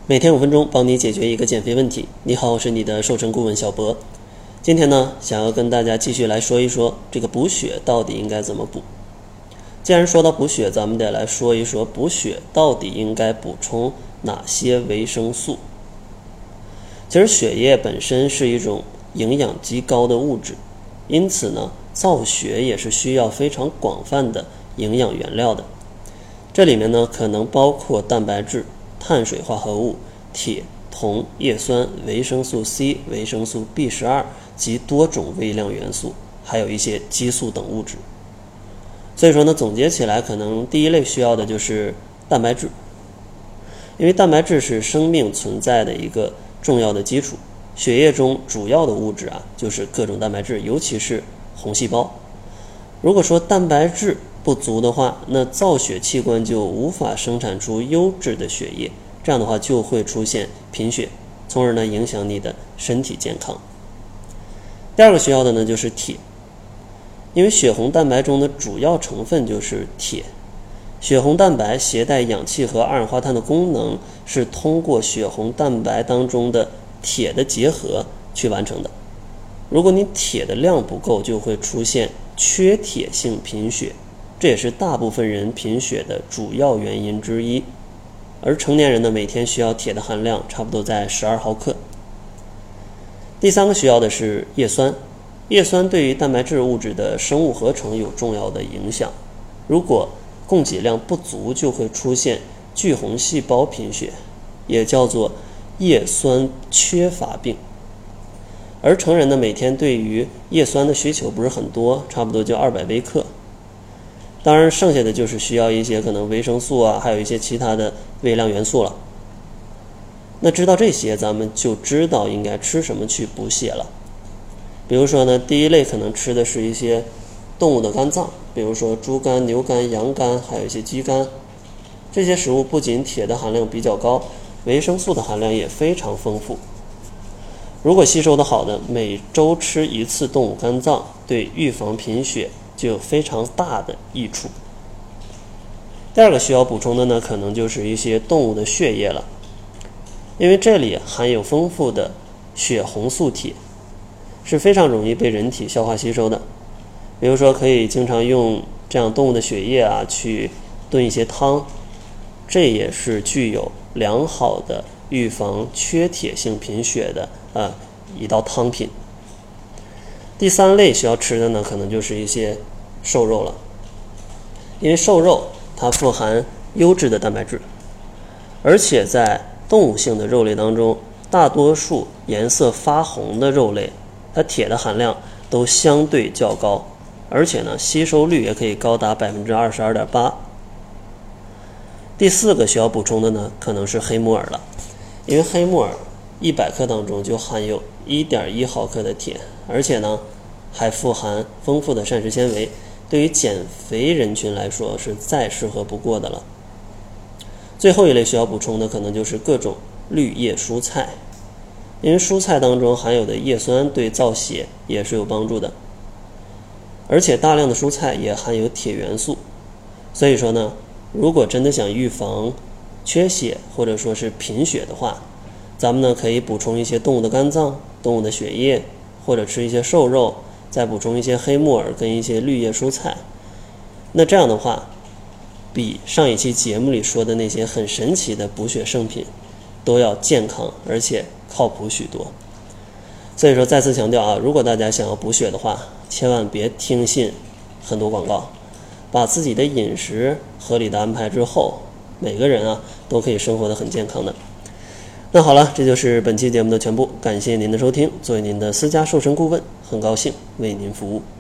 每天5分钟，帮你解决一个减肥问题。你好，我是你的瘦身顾问小博。今天呢，想要跟大家继续来说一说这个补血到底应该怎么补。既然说到补血，咱们得来说一说补血到底应该补充哪些维生素。其实血液本身是一种营养极高的物质，因此呢，造血也是需要非常广泛的营养原料的。这里面呢，可能包括蛋白质、碳水化合物、铁、铜、叶酸、维生素 C、维生素 B12 及多种微量元素，还有一些激素等物质。所以说呢，总结起来，可能第一类需要的就是蛋白质，因为蛋白质是生命存在的一个重要的基础。血液中主要的物质就是各种蛋白质，尤其是红细胞。如果说蛋白质不足的话，那造血器官就无法生产出优质的血液，这样的话就会出现贫血，从而呢影响你的身体健康。第二个需要的呢就是铁，因为血红蛋白中的主要成分就是铁。血红蛋白携带氧气和二氧化碳的功能是通过血红蛋白当中的铁的结合去完成的。如果你铁的量不够，就会出现缺铁性贫血，这也是大部分人贫血的主要原因之一。而成年人呢，每天需要铁的含量差不多在12毫克。第三个需要的是叶酸，叶酸对于蛋白质物质的生物合成有重要的影响。如果供给量不足，就会出现巨红细胞贫血，也叫做叶酸缺乏病。而成人呢，每天对于叶酸的需求不是很多，差不多就200微克。当然剩下的就是需要一些可能维生素还有一些其他的微量元素了。那知道这些，咱们就知道应该吃什么去补血了。比如说呢，第一类可能吃的是一些动物的肝脏，比如说猪肝、牛肝、羊肝，还有一些鸡肝。这些食物不仅铁的含量比较高，维生素的含量也非常丰富。如果吸收的好的，每周吃1次动物肝脏，对预防贫血就有非常大的益处。第二个需要补充的呢，可能就是一些动物的血液了，因为这里含有丰富的血红素铁，是非常容易被人体消化吸收的。比如说可以经常用这样动物的血液去炖一些汤，这也是具有良好的预防缺铁性贫血的一道汤品。第三类需要吃的呢，可能就是一些瘦肉了，因为瘦肉它富含优质的蛋白质，而且在动物性的肉类当中，大多数颜色发红的肉类，它铁的含量都相对较高，而且呢吸收率也可以高达 22.8%。 第四个需要补充的呢，可能是黑木耳了，因为黑木耳100克当中就含有 1.1 毫克的铁，而且呢还富含丰富的膳食纤维，对于减肥人群来说是再适合不过的了。最后一类需要补充的可能就是各种绿叶蔬菜，因为蔬菜当中含有的叶酸对造血也是有帮助的，而且大量的蔬菜也含有铁元素。所以说呢，如果真的想预防缺血或者说是贫血的话，咱们呢可以补充一些动物的肝脏、动物的血液，或者吃一些瘦肉，再补充一些黑木耳跟一些绿叶蔬菜。那这样的话，比上一期节目里说的那些很神奇的补血圣品都要健康而且靠谱许多。所以说再次强调如果大家想要补血的话，千万别听信很多广告，把自己的饮食合理的安排之后，每个人都可以生活得很健康的。那好了，这就是本期节目的全部，感谢您的收听。作为您的私家瘦身顾问，很高兴为您服务。